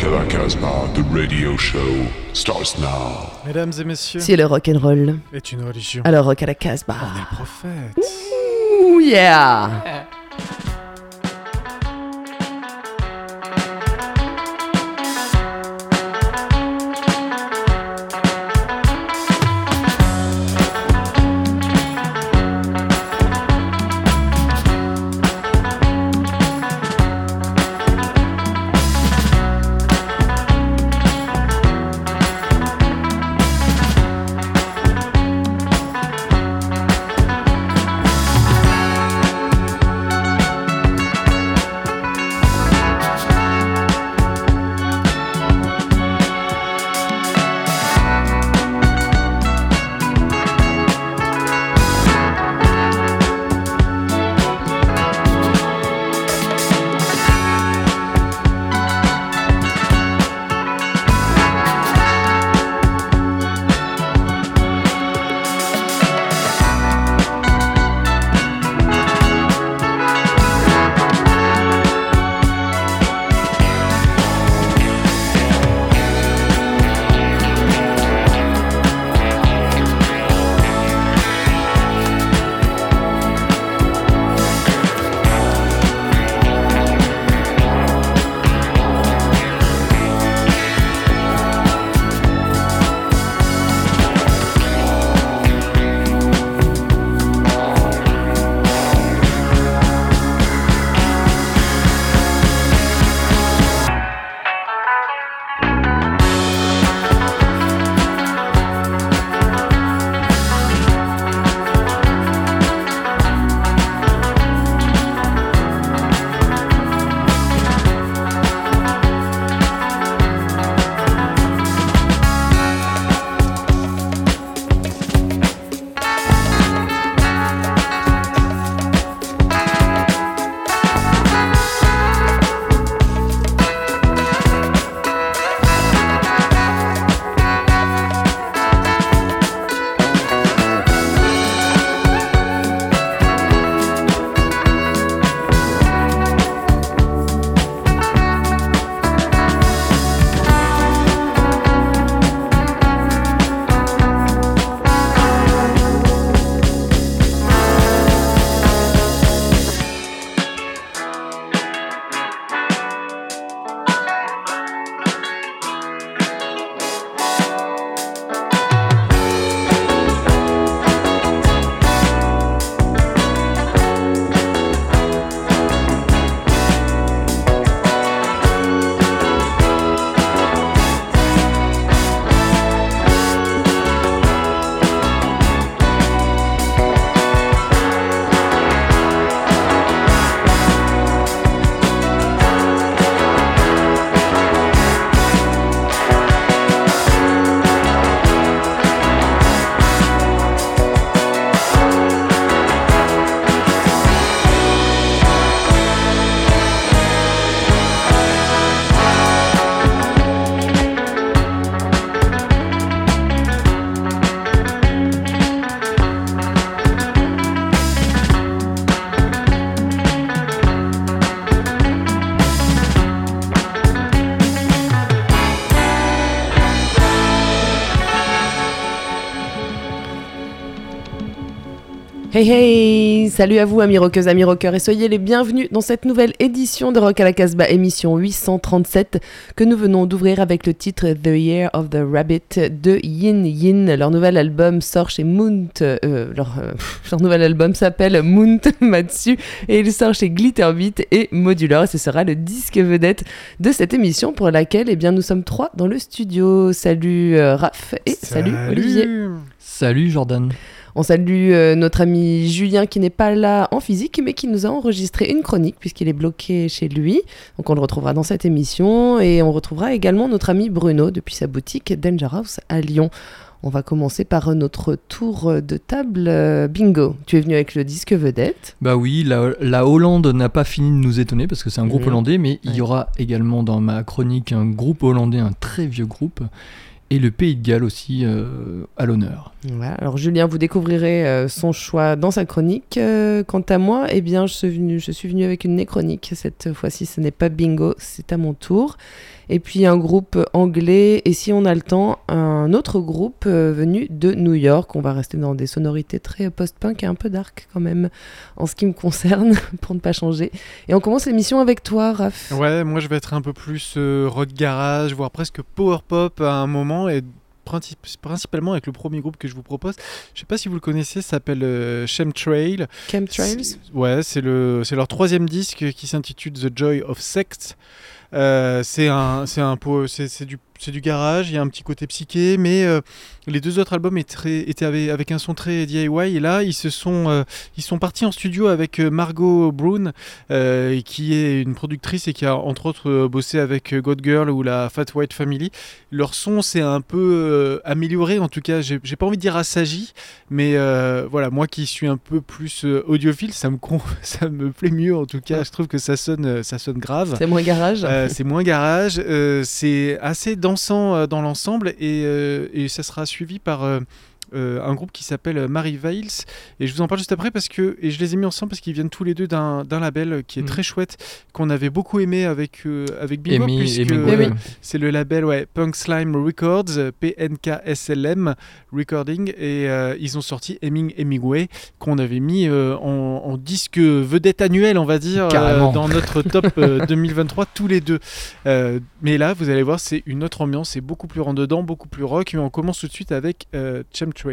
Rock à la Casbah, the radio show starts now. Mesdames et messieurs, si le rock'n'roll est une religion, alors rock à la Casbah. on est le prophète. Ouh, yeah. Hey hey, salut à vous amis rockeuses, amis rockeurs et soyez les bienvenus dans cette nouvelle édition de Rock à la Casbah, émission 837 que nous venons d'ouvrir avec le titre The Year of the Rabbit de Yin Yin. Leur nouvel album sort chez Mount, leur nouvel album s'appelle Mount Matsu et il sort chez Glitterbeat et Modular et ce sera le disque vedette de cette émission pour laquelle nous sommes 3 dans le studio. Salut Raph et salut Olivier. Salut Jordan. On salue notre ami Julien qui n'est pas là en physique mais qui nous a enregistré une chronique puisqu'il est bloqué chez lui. Donc on le retrouvera dans cette émission et on retrouvera également notre ami Bruno depuis sa boutique Danger House à Lyon. On va commencer par notre tour de table. Bingo, tu es venu avec le disque vedette. Bah oui, la Hollande n'a pas fini de nous étonner parce que c'est un groupe hollandais, mais il y aura également dans ma chronique un groupe hollandais, un très vieux groupe. et le Pays de Galles aussi à l'honneur. Voilà. Alors Julien, vous découvrirez son choix dans sa chronique. Quant à moi, eh bien, je suis venue avec une néchronique. Cette fois-ci, ce n'est pas bingo, c'est à mon tour. Et puis un groupe anglais, et si on a le temps, un autre groupe venu de New York. On va rester dans des sonorités très post-punk et un peu dark quand même, en ce qui me concerne, pour ne pas changer. Et on commence l'émission avec toi, Raph. Ouais, moi je vais être un peu plus rock garage, voire presque power pop à un moment, et principalement avec le premier groupe que je vous propose. Je sais pas si vous le connaissez, ça s'appelle Chemtrail. Chemtrails. Ouais, c'est leur troisième disque qui s'intitule The Joy of Sex. C'est du garage, il y a un petit côté psyché, mais les deux autres albums étaient avec un son très DIY, et là ils sont partis en studio avec Margot Brown, qui est une productrice et qui a entre autres bossé avec God Girl ou la Fat White Family. Leur son s'est un peu amélioré, en tout cas j'ai pas envie de dire assagi, mais voilà, moi qui suis un peu plus audiophile, ça me plaît mieux, en tout cas je trouve que ça sonne grave. C'est moins garage. C'est moins garage, c'est assez dansant dans l'ensemble, et ça sera suivi par un groupe qui s'appelle Mary Vales, et je vous en parle juste après et je les ai mis ensemble parce qu'ils viennent tous les deux d'un label qui est très chouette, qu'on avait beaucoup aimé avec Bingo, puisque c'est le label Punk Slime Records, PNKSLM Recording, et ils ont sorti Hemingway, qu'on avait mis en disque vedette annuel, on va dire, dans notre top 2023 tous les deux, mais là vous allez voir, c'est une autre ambiance, c'est beaucoup plus rentre dedans, beaucoup plus rock, mais on commence tout de suite avec Chemtrail.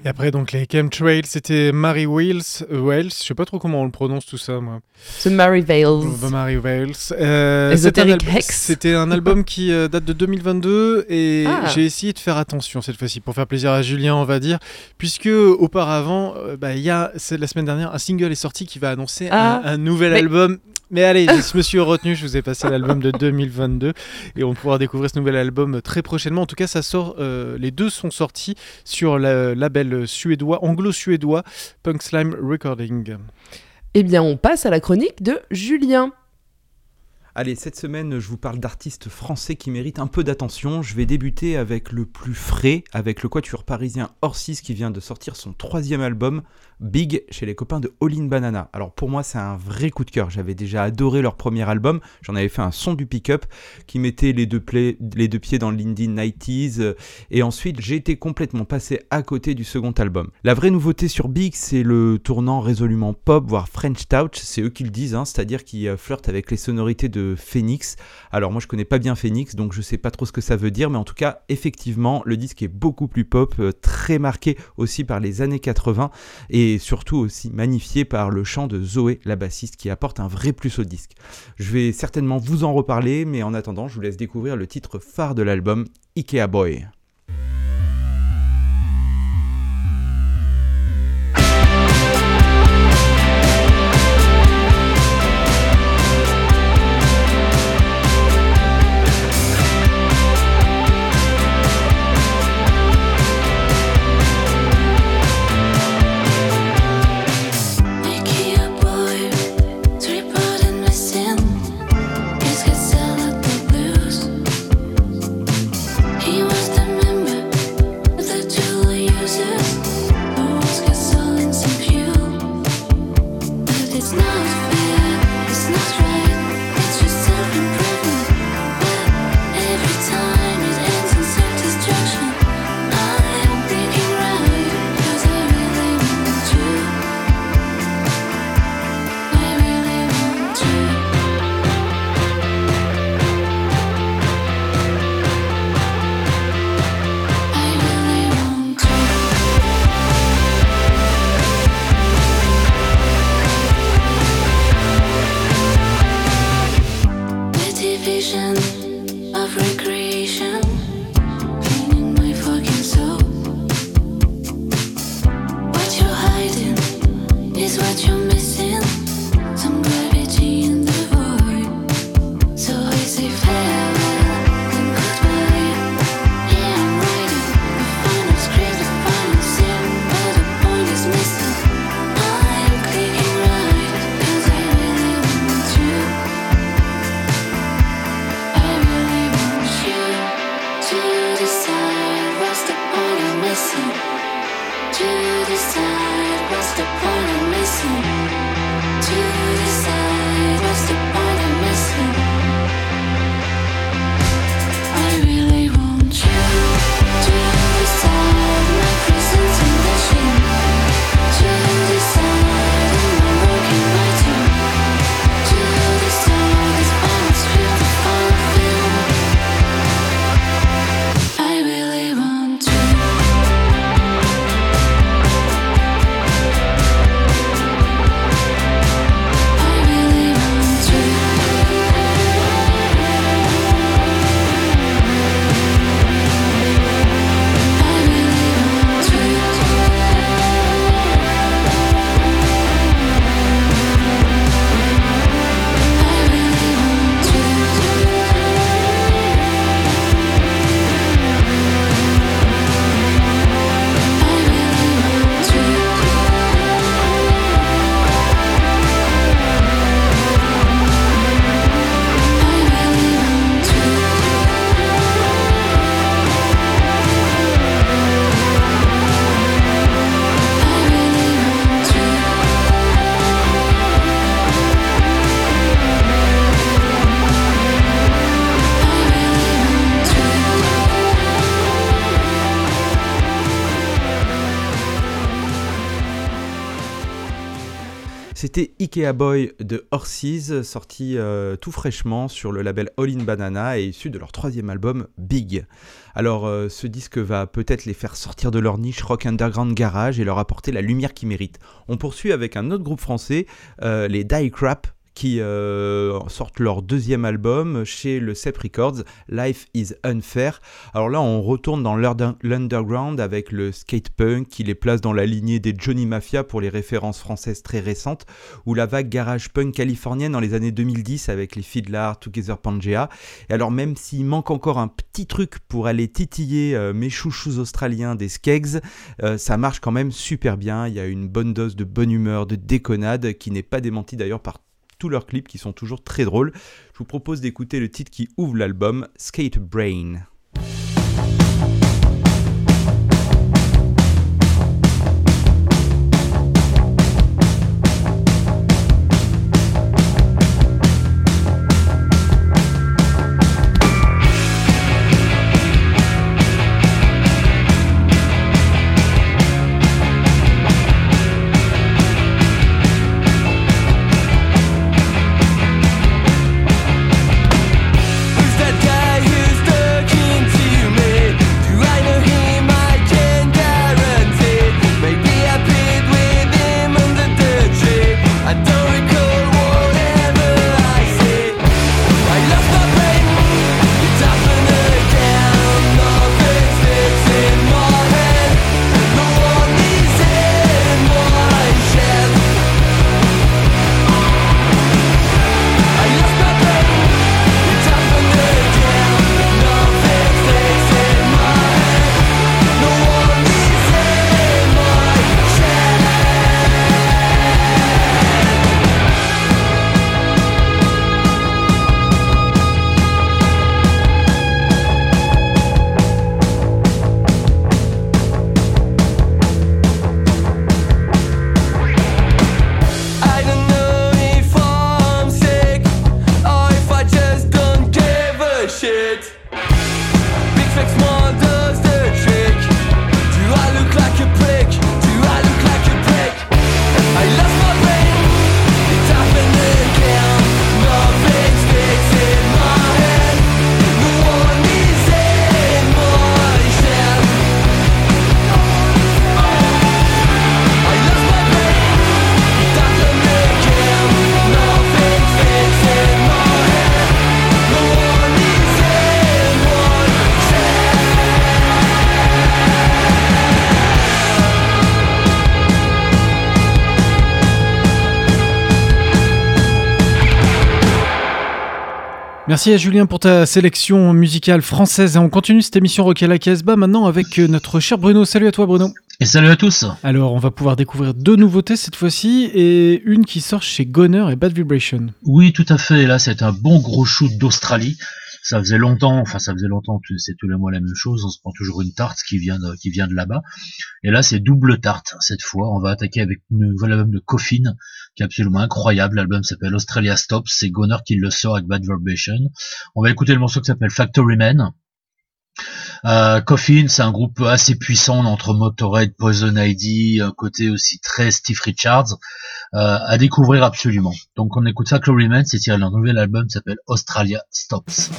Et après, donc, les Chemtrails, c'était Mary Wells. Je sais pas trop comment on le prononce tout ça, moi. The Mary Vales. Mary Wells. C'était un album qui date de 2022 et j'ai essayé de faire attention cette fois-ci pour faire plaisir à Julien, on va dire, puisque auparavant, la semaine dernière, un single est sorti qui va annoncer un nouvel album. Mais allez, je me suis retenu, je vous ai passé l'album de 2022 et on va pouvoir découvrir ce nouvel album très prochainement. En tout cas, ça sort, les deux sont sortis sur le label anglo-suédois Punk Slime Recording. Eh bien, on passe à la chronique de Julien. Allez, cette semaine, je vous parle d'artistes français qui méritent un peu d'attention. Je vais débuter avec le plus frais, avec le quatuor parisien Orsis qui vient de sortir son 3e album, Big, chez les copains de All in Banana. Alors pour moi, c'est un vrai coup de cœur. J'avais déjà adoré leur premier album. J'en avais fait un son du pick-up qui mettait les deux pieds dans l'indie 90s. Et ensuite, j'ai été complètement passé à côté du second album. La vraie nouveauté sur Big, c'est le tournant résolument pop, voire French Touch. C'est eux qui le disent, c'est-à-dire qu'ils flirtent avec les sonorités de Phoenix. Alors moi, je connais pas bien Phoenix, donc je sais pas trop ce que ça veut dire. Mais en tout cas, effectivement, le disque est beaucoup plus pop, très marqué aussi par les années 80. Et surtout aussi magnifié par le chant de Zoé, la bassiste, qui apporte un vrai plus au disque. Je vais certainement vous en reparler, mais en attendant, je vous laisse découvrir le titre phare de l'album, Ikea Boy. C'était Ikea Boy de Horses, sorti tout fraîchement sur le label All in Banana et issu de leur 3e album Big. Alors ce disque va peut-être les faire sortir de leur niche rock underground garage et leur apporter la lumière qu'ils méritent. On poursuit avec un autre groupe français, les Die Crap, qui sortent leur 2e album chez le Cep Records, Life is Unfair. Alors là, on retourne dans l'underground avec le skate punk qui les place dans la lignée des Johnny Mafia pour les références françaises très récentes, ou la vague garage punk californienne dans les années 2010 avec les Fiddler, Together Pangea. Et alors même s'il manque encore un petit truc pour aller titiller mes chouchous australiens des Skeggs, ça marche quand même super bien. Il y a une bonne dose de bonne humeur, de déconnade qui n'est pas démentie d'ailleurs par tous leurs clips qui sont toujours très drôles. Je vous propose d'écouter le titre qui ouvre l'album, Skate Brain. Merci à Julien pour ta sélection musicale française. Et on continue cette émission Rock à la Casbah maintenant avec notre cher Bruno. Salut à toi Bruno. Et salut à tous. Alors on va pouvoir découvrir 2 nouveautés cette fois-ci et une qui sort chez Goner et Bad Vibration. Oui tout à fait, là c'est un bon gros shoot d'Australie. Ça faisait longtemps, c'est tous les mois la même chose, on se prend toujours une tarte qui vient de là-bas. Et là c'est double tarte cette fois, on va attaquer avec une nouvel album de Coffin qui est absolument incroyable. L'album s'appelle Australia Stops, c'est Goner qui le sort avec Bad Vibration. On va écouter le morceau qui s'appelle Factory Man. Coffin, c'est un groupe assez puissant entre Motorhead, Poison Ivy, un côté aussi très Steve Richards, à découvrir absolument. Donc on écoute Factory Man, c'est tiré d'un nouvel album qui s'appelle Australia Stops.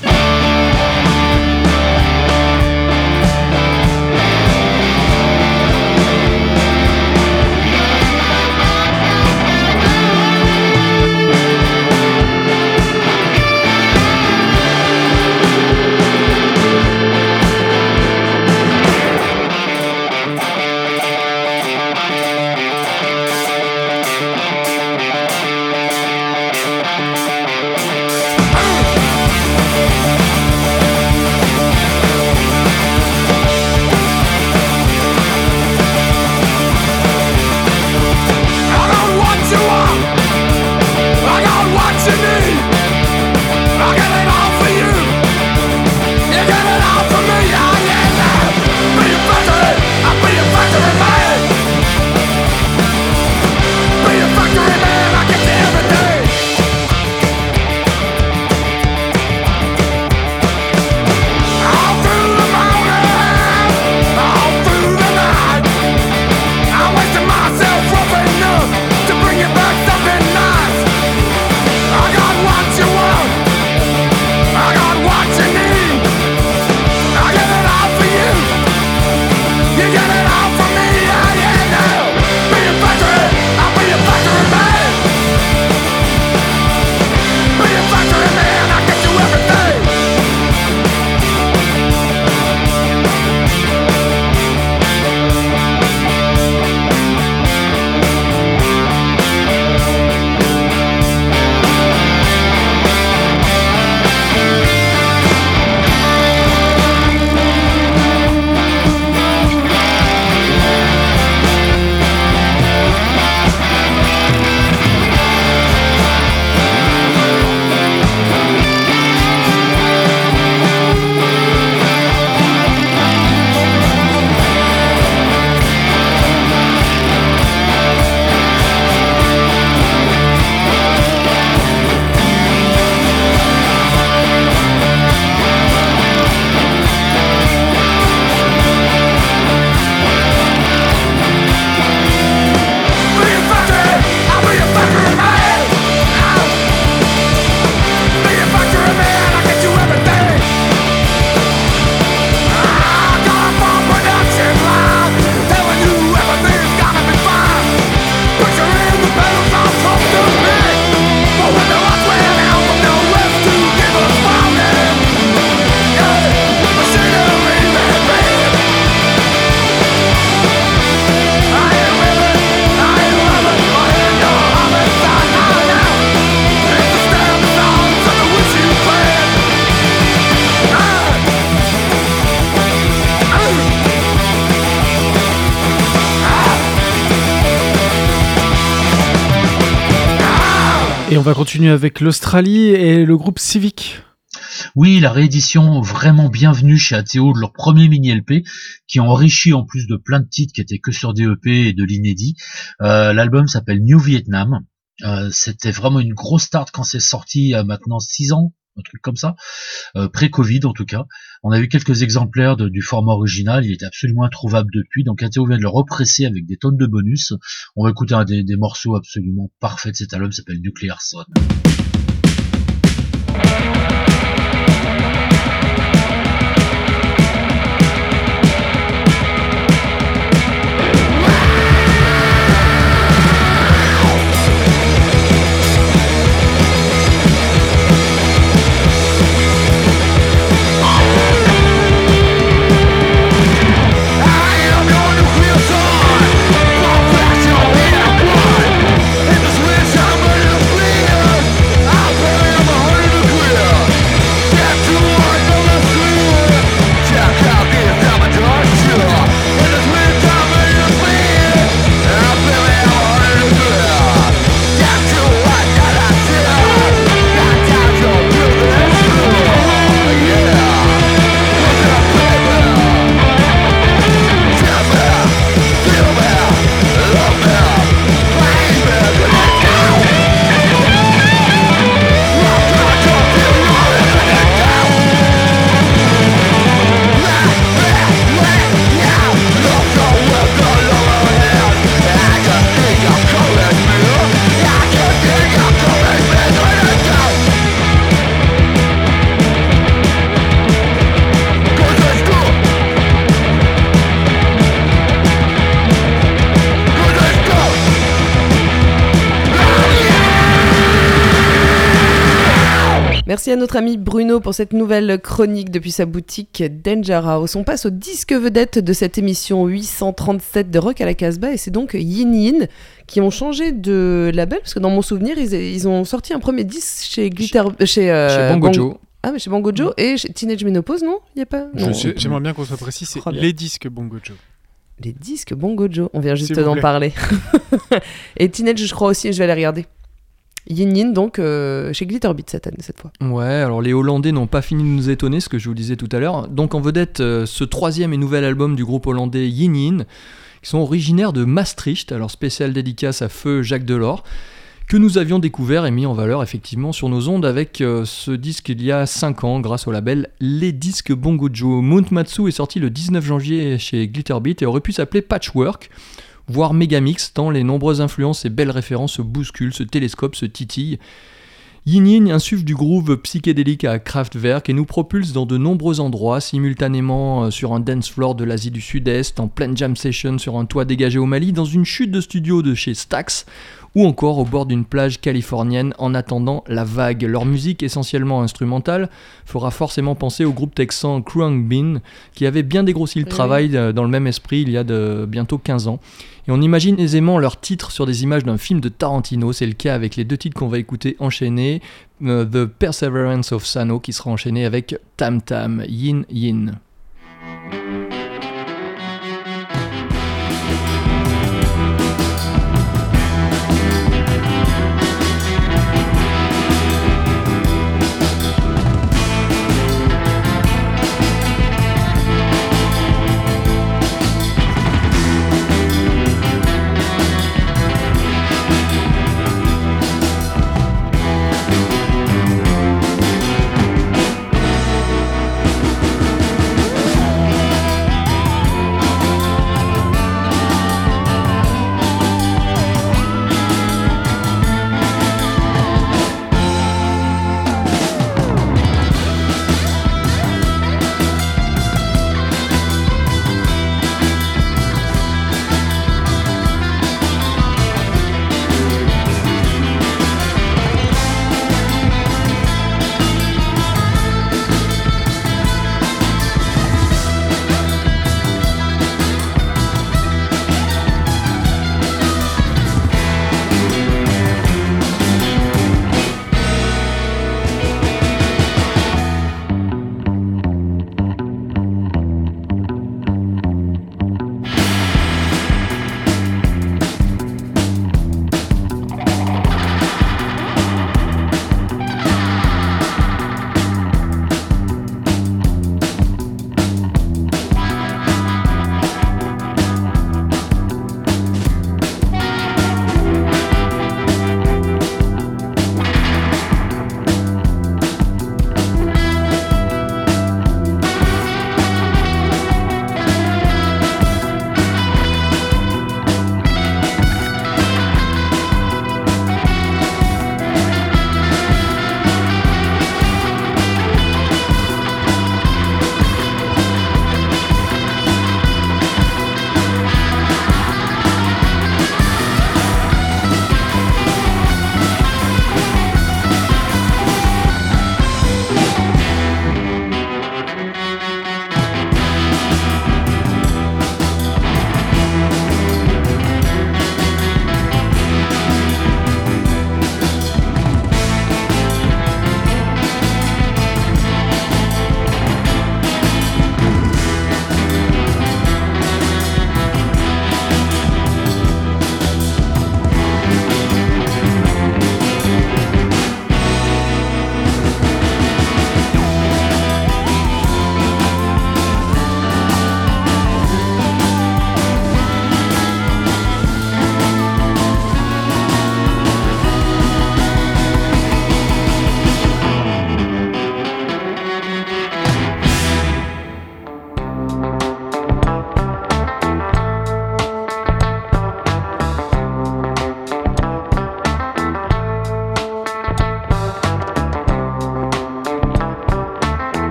Et on va continuer avec l'Australie et le groupe Civic. Oui, la réédition vraiment bienvenue chez ATO de leur premier mini-LP, qui ont enrichi en plus de plein de titres qui étaient que sur des EP et de l'inédit. L'album s'appelle New Vietnam. C'était vraiment une grosse start quand c'est sorti il y a maintenant 6 ans, un truc comme ça, pré-Covid en tout cas. On a vu quelques exemplaires du format original, il était absolument introuvable depuis, donc ATO vient de le represser avec des tonnes de bonus. On va écouter un des morceaux absolument parfaits de cet album, s'appelle Nuclear Sun. Merci à notre ami Bruno pour cette nouvelle chronique depuis sa boutique Danger House. On passe au disque vedette de cette émission 837 de Rock à la Casbah et c'est donc Yin Yin qui ont changé de label parce que dans mon souvenir ils ont sorti un premier disque chez Bongo Joe. Ah mais chez Bongo Joe et chez Teenage Menopause, non? Il y a pas non. J'aimerais bien qu'on soit précis, c'est les disques Bongo Joe. Les disques Bongo Joe, on vient juste d'en parler. Et Teenage, je crois aussi, je vais aller regarder. Yin Yin donc chez Glitterbeat cette fois. Ouais, alors les Hollandais n'ont pas fini de nous étonner, ce que je vous disais tout à l'heure. Donc en vedette ce troisième et nouvel album du groupe hollandais Yin Yin, qui sont originaires de Maastricht, alors spéciale dédicace à feu Jacques Delors, que nous avions découvert et mis en valeur effectivement sur nos ondes avec ce disque il y a 5 ans grâce au label Les Disques Bongo Joe. Mount Matsu est sorti le 19 janvier chez Glitterbeat et aurait pu s'appeler Patchwork, voire Megamix, tant les nombreuses influences et belles références se bousculent, se télescopent, se titillent. Yin Yin insuffle du groove psychédélique à Kraftwerk et nous propulse dans de nombreux endroits, simultanément sur un dance floor de l'Asie du Sud-Est, en pleine jam session sur un toit dégagé au Mali, dans une chute de studio de chez Stax, ou encore au bord d'une plage californienne en attendant la vague. Leur musique, essentiellement instrumentale, fera forcément penser au groupe texan Krung Bean, qui avait bien dégrossi le travail dans le même esprit il y a bientôt 15 ans. Et on imagine aisément leurs titres sur des images d'un film de Tarantino, c'est le cas avec les 2 titres qu'on va écouter enchaînés, The Perseverance of Sano qui sera enchaîné avec Tam Tam, Yin Yin.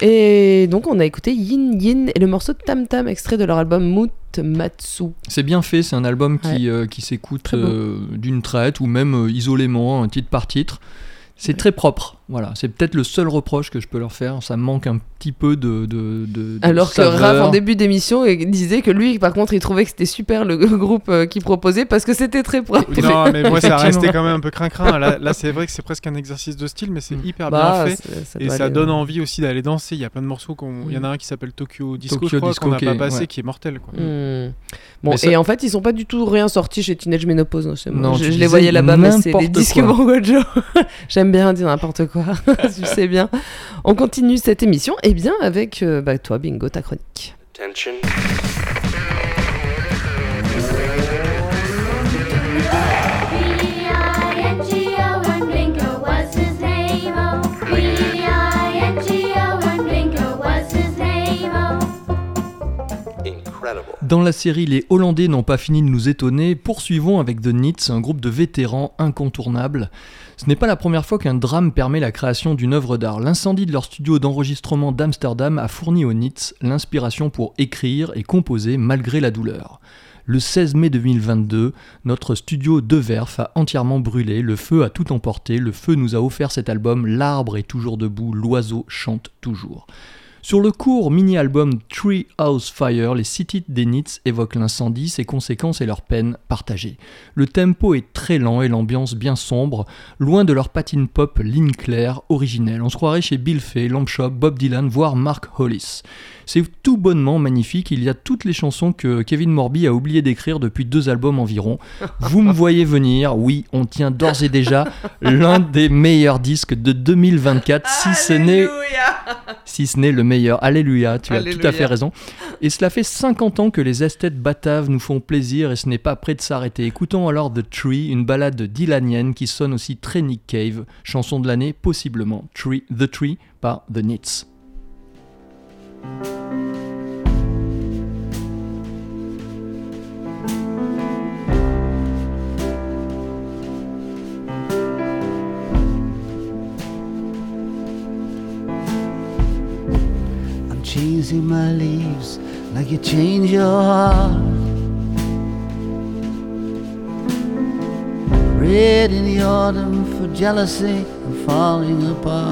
Et donc on a écouté Yin Yin et le morceau de Tam Tam, extrait de leur album Mutmatsu. C'est bien fait, c'est un album qui s'écoute d'une traite ou même isolément, titre par titre. C'est très propre, voilà. C'est peut-être le seul reproche que je peux leur faire. Ça manque un petit peu de alors que saveur. Raph, en début d'émission, disait que lui, par contre, il trouvait que c'était super le groupe qu'il proposait parce que c'était très propre. Non, mais moi, ça restait quand même un peu crin-crin. Là, c'est vrai que c'est presque un exercice de style, mais c'est hyper bien fait. Et ça donne envie aussi d'aller danser. Il y a plein de morceaux. Il y en a un qui s'appelle Tokyo Disco, je crois, qu'on n'a pas passé, qui est mortel, quoi. Bon, et en fait, ils sont pas du tout rien sortis chez Teenage Menopause. Non, je les voyais là-bas, mais c'est des disques Bongojo. J'aime bien dire n'importe quoi, tu sais bien. On continue cette émission, et bien avec toi, Bingo, ta chronique. Attention. Dans la série, les Hollandais n'ont pas fini de nous étonner. Poursuivons avec The Nits, un groupe de vétérans incontournables. Ce n'est pas la première fois qu'un drame permet la création d'une œuvre d'art. L'incendie de leur studio d'enregistrement d'Amsterdam a fourni aux Nits l'inspiration pour écrire et composer malgré la douleur. Le 16 mai 2022, notre studio de Verf a entièrement brûlé, le feu a tout emporté, le feu nous a offert cet album, l'arbre est toujours debout, l'oiseau chante toujours. Sur le court mini-album Tree House Fire, les 6 titres des Nits évoquent l'incendie, ses conséquences et leurs peines partagées. Le tempo est très lent et l'ambiance bien sombre, loin de leur patine pop ligne claire originelle. On se croirait chez Bill Fay, Lamb Chop, Bob Dylan, voire Mark Hollis. C'est tout bonnement magnifique, il y a toutes les chansons que Kevin Morby a oublié d'écrire depuis 2 albums environ. Vous me voyez venir, oui, on tient d'ores et déjà l'un des meilleurs disques de 2024, si ce n'est le meilleur. Alléluia, tu as tout à fait raison. Et cela fait 50 ans que les esthètes bataves nous font plaisir et ce n'est pas près de s'arrêter. Écoutons alors The Tree, une ballade dylanienne qui sonne aussi très Nick Cave, chanson de l'année possiblement, The Tree par The Nits. Changing my leaves like you change your heart. Red in the autumn for jealousy and falling apart.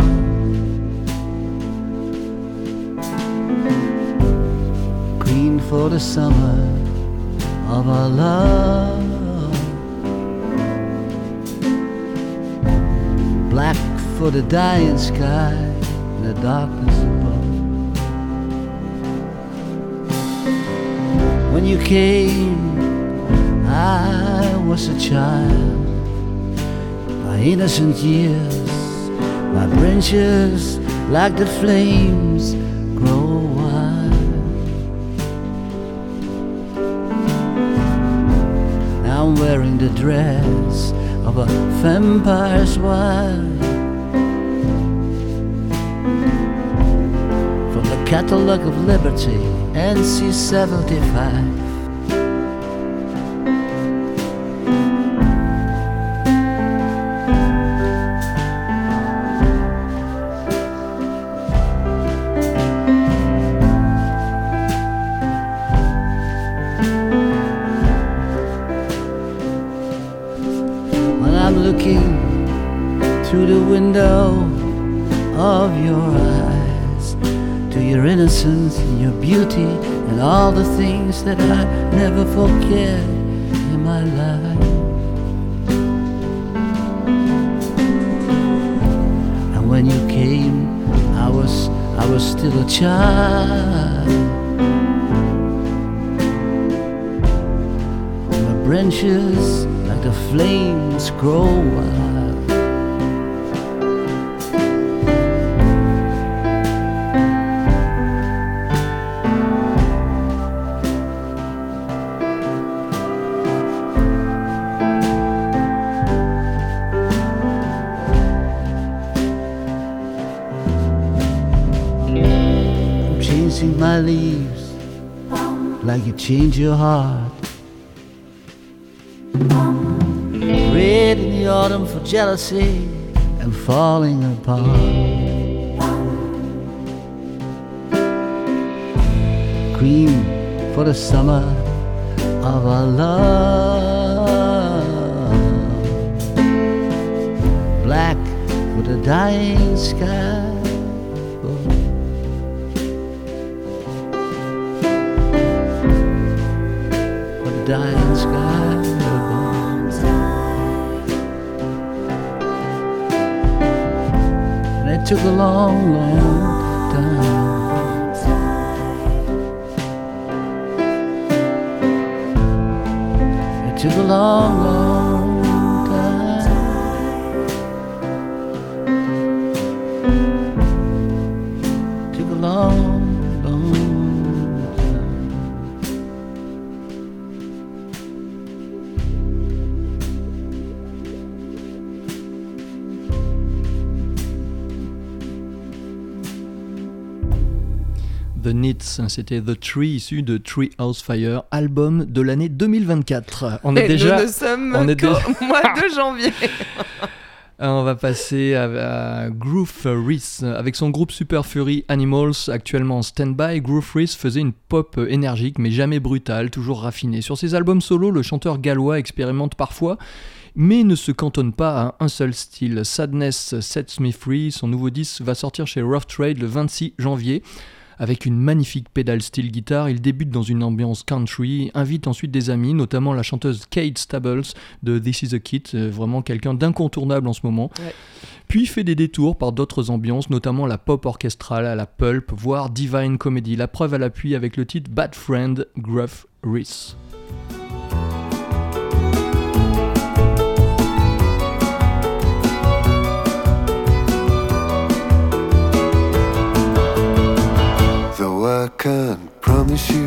Green for the summer of our love. Black for the dying sky and the darkness above. When you came, I was a child. My innocent years, my branches like the flames grow wild. Now I'm wearing the dress of a vampire's wife. From the Catalogue of Liberty, NC 75. When I'm looking through the window of your eyes, to your innocence and your beauty and all the things that I never forget in my life. And when you came, I was still a child. My branches like the flames grow wild. My leaves like you change your heart. Red in the autumn for jealousy and falling apart. cream for the summer of our love. Black for the dying sky. For the dying sky. And it took a long, long time. Took a long, long time. Took a long, long time. The Knits, c'était The Tree, issu de Treehouse Fire, album de l'année 2024. Nous ne sommes qu'au mois de janvier. On va passer à Groove Reese. Avec son groupe Super Fury Animals, actuellement en stand-by, Groove Reese faisait une pop énergique mais jamais brutale, toujours raffinée. Sur ses albums solo, le chanteur gallois expérimente parfois, mais ne se cantonne pas à un seul style. Sadness Sets Me Free, son nouveau disque va sortir chez Rough Trade le 26 janvier. Avec une magnifique pédale style guitare, il débute dans une ambiance country, invite ensuite des amis, notamment la chanteuse Kate Stables de This Is a Kid, vraiment quelqu'un d'incontournable en ce moment. Ouais. Puis fait des détours par d'autres ambiances, notamment la pop orchestrale, à la pulp, voire divine comedy. La preuve à l'appui avec le titre Bad Friend, Groove Reese. I can't promise you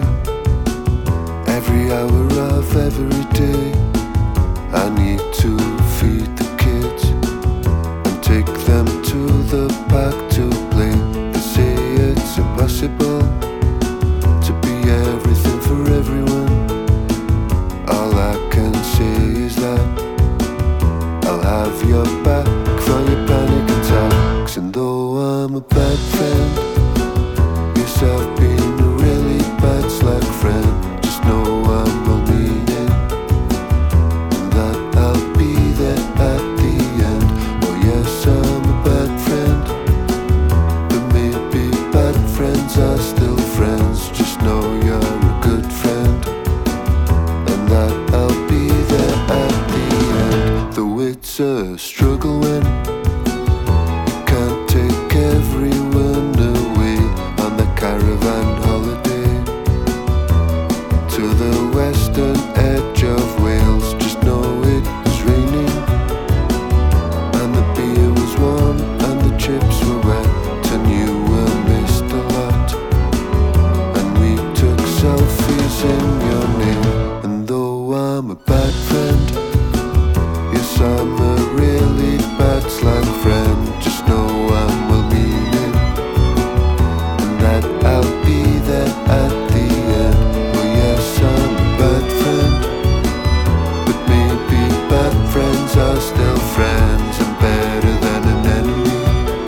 every hour of every day. I need to feed the kids and take them to the park to play. They say it's impossible to be everything for everyone. All I can say is that I'll have your back for your panic attacks. And though I'm a bad friend, I've been a really bad slack friend. Just know I'm well meaning, and that I'll be there at the end. Oh yes, I'm a bad friend, but maybe bad friends are still friends. Just know you're a good friend, and that I'll be there at the end. Though it's a struggle when you can't take everyone away on the caravan holiday to the western edge of Wales. Just know it was raining and the beer was warm and the chips were wet and you were missed a lot, and we took selfies in your name. And though I'm a bad friend, yes I'm a really bad slack friend. Just know I'm well meaning, that I'll be there at the end. Oh yes, I'm a bad friend, but maybe bad friends are still friends and better than an enemy,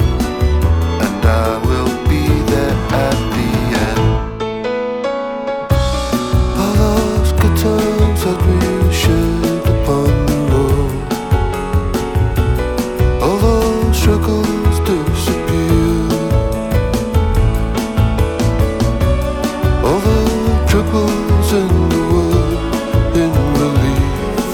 and I will be there at the end. All those good times that we shared upon the road, all those struggles disappear, all the troubles in the world in relief,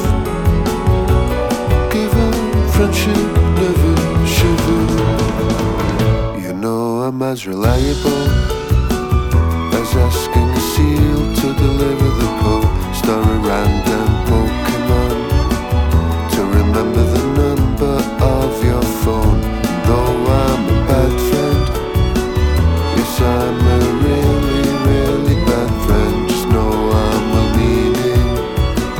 given friendship never shivered. You know I'm as reliable as asking a seal to deliver the post or a random Pokemon to remember the number of your phone. Though I'm a bad friend, yes I'm a really, really bad friend. Just know I'm well meaning,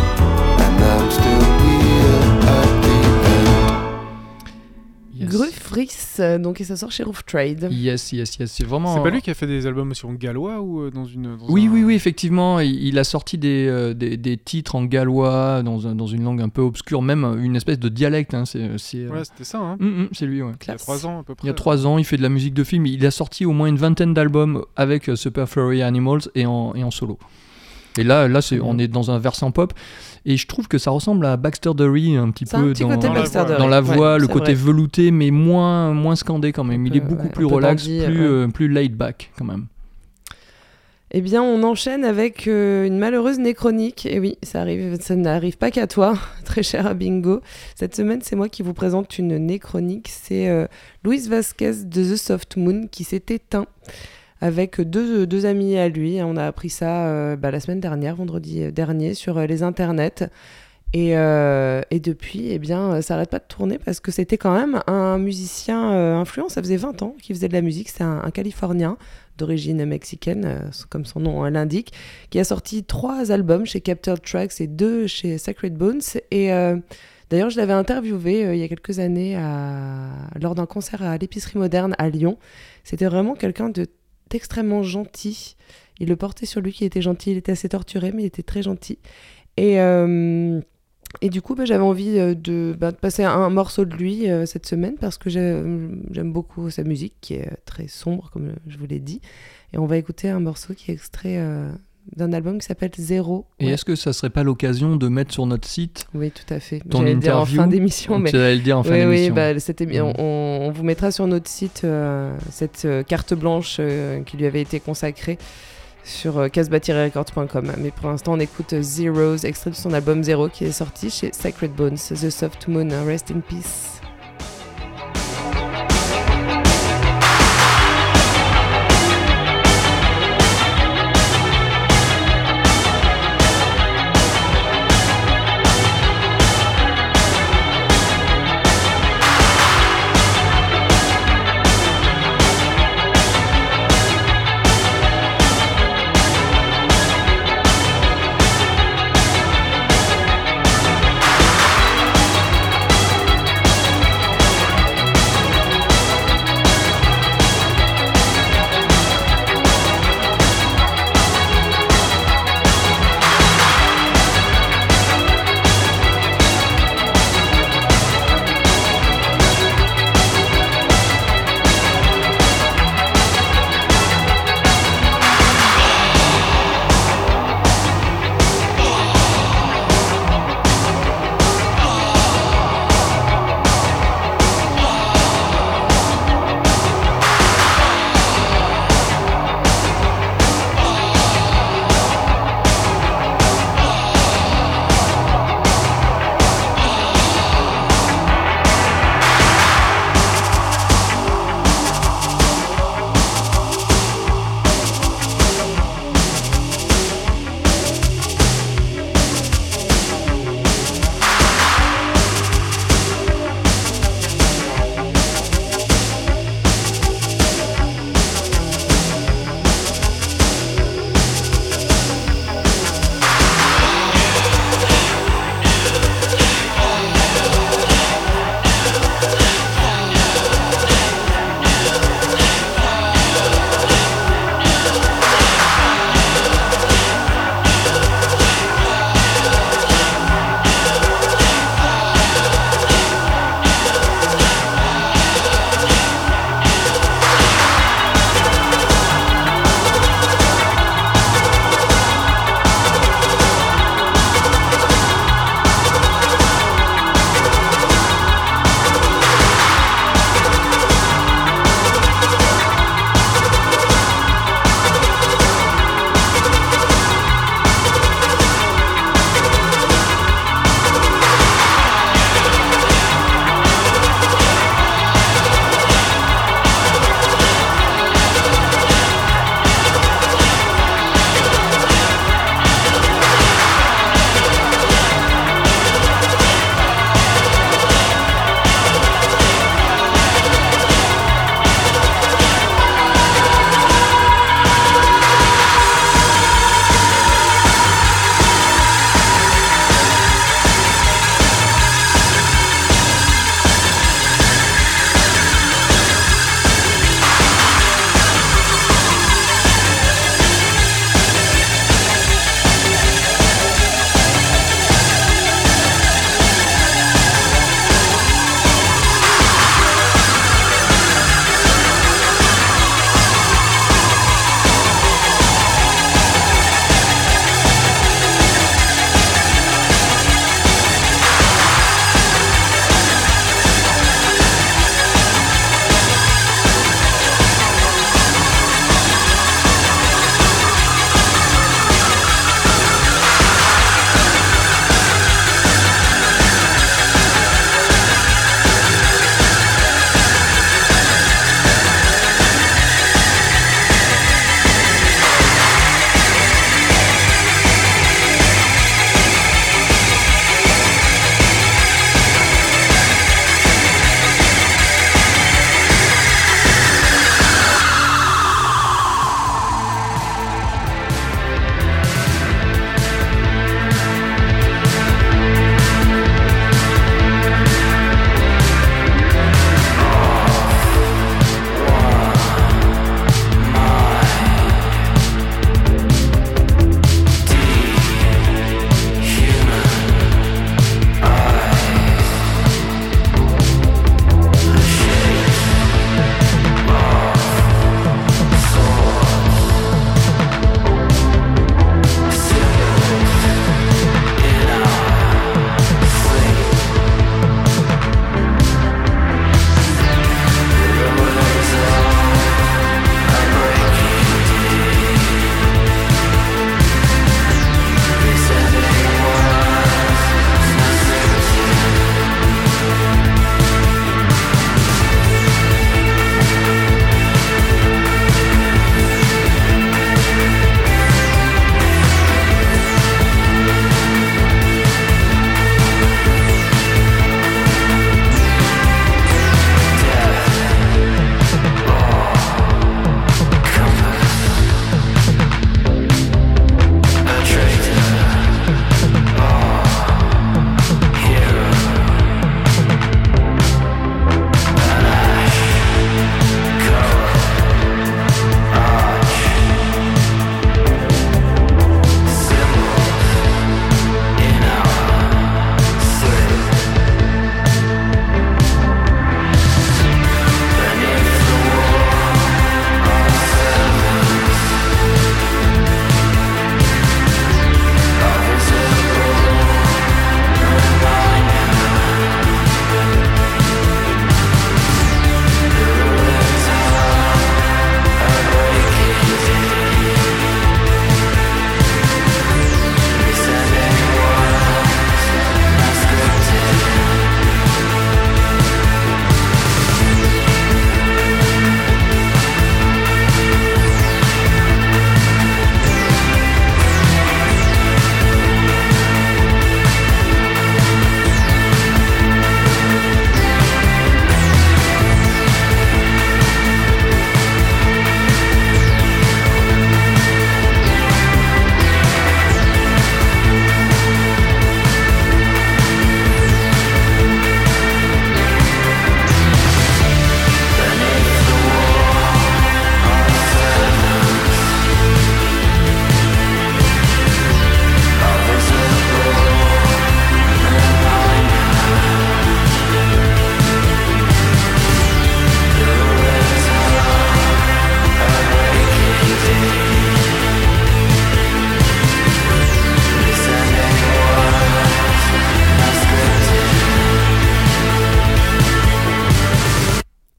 and I'm still here at the end. Yes. Groove Vries, donc et ça sort chez Roof Trade. Yes, c'est vraiment... C'est pas lui qui a fait des albums aussi en gallois ou dans une... Oui, effectivement, il a sorti des titres en gallois, dans une langue un peu obscure, même une espèce de dialecte. Hein, Ouais, c'était ça. Hein. C'est lui, ouais. Il y a 3 ans à peu près. Il y a 3 ans, il fait de la musique de film. Il a sorti au moins une vingtaine d'albums avec Super Furry Animals et en solo. Et là on est dans un versant pop. Et je trouve que ça ressemble à Baxter Dury un petit peu dans la voix, le côté velouté, mais moins scandé quand même. Il est beaucoup plus relax, plus laid back quand même. Eh bien, on enchaîne avec une malheureuse néchronique. Et oui, ça n'arrive pas qu'à toi, très cher à Bingo. Cette semaine, c'est moi qui vous présente une néchronique. C'est Luis Vasquez de The Soft Moon qui s'est éteint avec deux amis à lui. On a appris ça la semaine dernière, vendredi dernier, sur les internets. Et depuis, eh bien, ça n'arrête pas de tourner parce que c'était quand même un musicien influent. Ça faisait 20 ans qu'il faisait de la musique. C'est un Californien d'origine mexicaine, comme son nom l'indique, qui a sorti 3 albums chez Captured Tracks et 2 chez Sacred Bones. Et d'ailleurs, je l'avais interviewé il y a quelques années lors d'un concert à l'Épicerie Moderne à Lyon. C'était vraiment quelqu'un d'extrêmement gentil. Il le portait sur lui qu'il était gentil. Il était assez torturé, mais il était très gentil. Et du coup, j'avais envie de passer un morceau de lui cette semaine parce que j'aime beaucoup sa musique qui est très sombre, comme je vous l'ai dit. Et on va écouter un morceau qui est extrait d'un album qui s'appelle Zéro. Et est-ce que ça serait pas l'occasion de mettre sur notre site Oui, tout à fait. ton J'allais interview le dire en fin d'émission. Tu allais le dire en fin d'émission. Oui, on vous mettra sur notre site cette carte blanche qui lui avait été consacrée sur casbah-records.com. Mais pour l'instant, on écoute Zeros, extrait de son album Zero qui est sorti chez Sacred Bones, The Soft Moon. Rest in peace.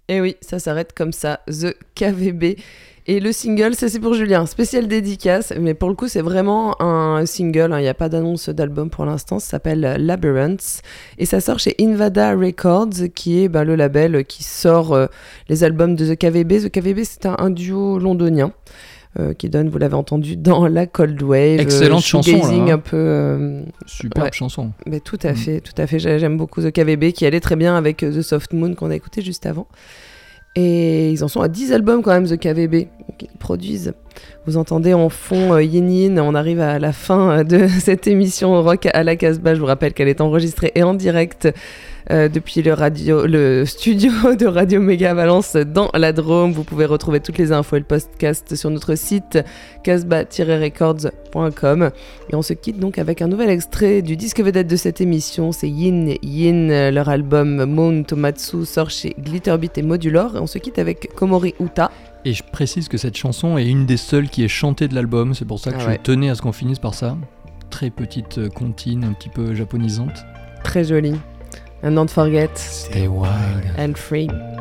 Et oui, ça s'arrête comme ça, The KVB. Et le single, ça c'est pour Julien, spécial dédicace, mais pour le coup c'est vraiment un single, il n'y a pas d'annonce d'album pour l'instant, ça s'appelle Labyrinths, et ça sort chez Invada Records, qui est le label qui sort les albums de The KVB. The KVB c'est un duo londonien, qui donne, vous l'avez entendu, dans la Cold Wave. Excellente chanson là, hein. Un peu... Superbe chanson. Mais tout à fait, j'aime beaucoup The KVB, qui allait très bien avec The Soft Moon qu'on a écouté juste avant. Et ils en sont à 10 albums quand même, The KVB, qu'ils produisent. Vous entendez en fond Yin Yin, on arrive à la fin de cette émission Rock à la Casbah. Je vous rappelle qu'elle est enregistrée et en direct depuis le studio de Radio Méga Valence dans la Drôme. Vous pouvez retrouver toutes les infos et le podcast sur notre site casbah-records.com. Et on se quitte donc avec un nouvel extrait du disque vedette de cette émission, c'est Yin Yin. Leur album Moon Tomatsu sort chez Glitterbeat et Modular. Et on se quitte avec Komori Uta. Et je précise que cette chanson est une des seules qui est chantée de l'album, c'est pour ça que je tenais à ce qu'on finisse par ça. Très petite comptine, un petit peu japonisante. Très jolie. And don't forget, stay wild and free.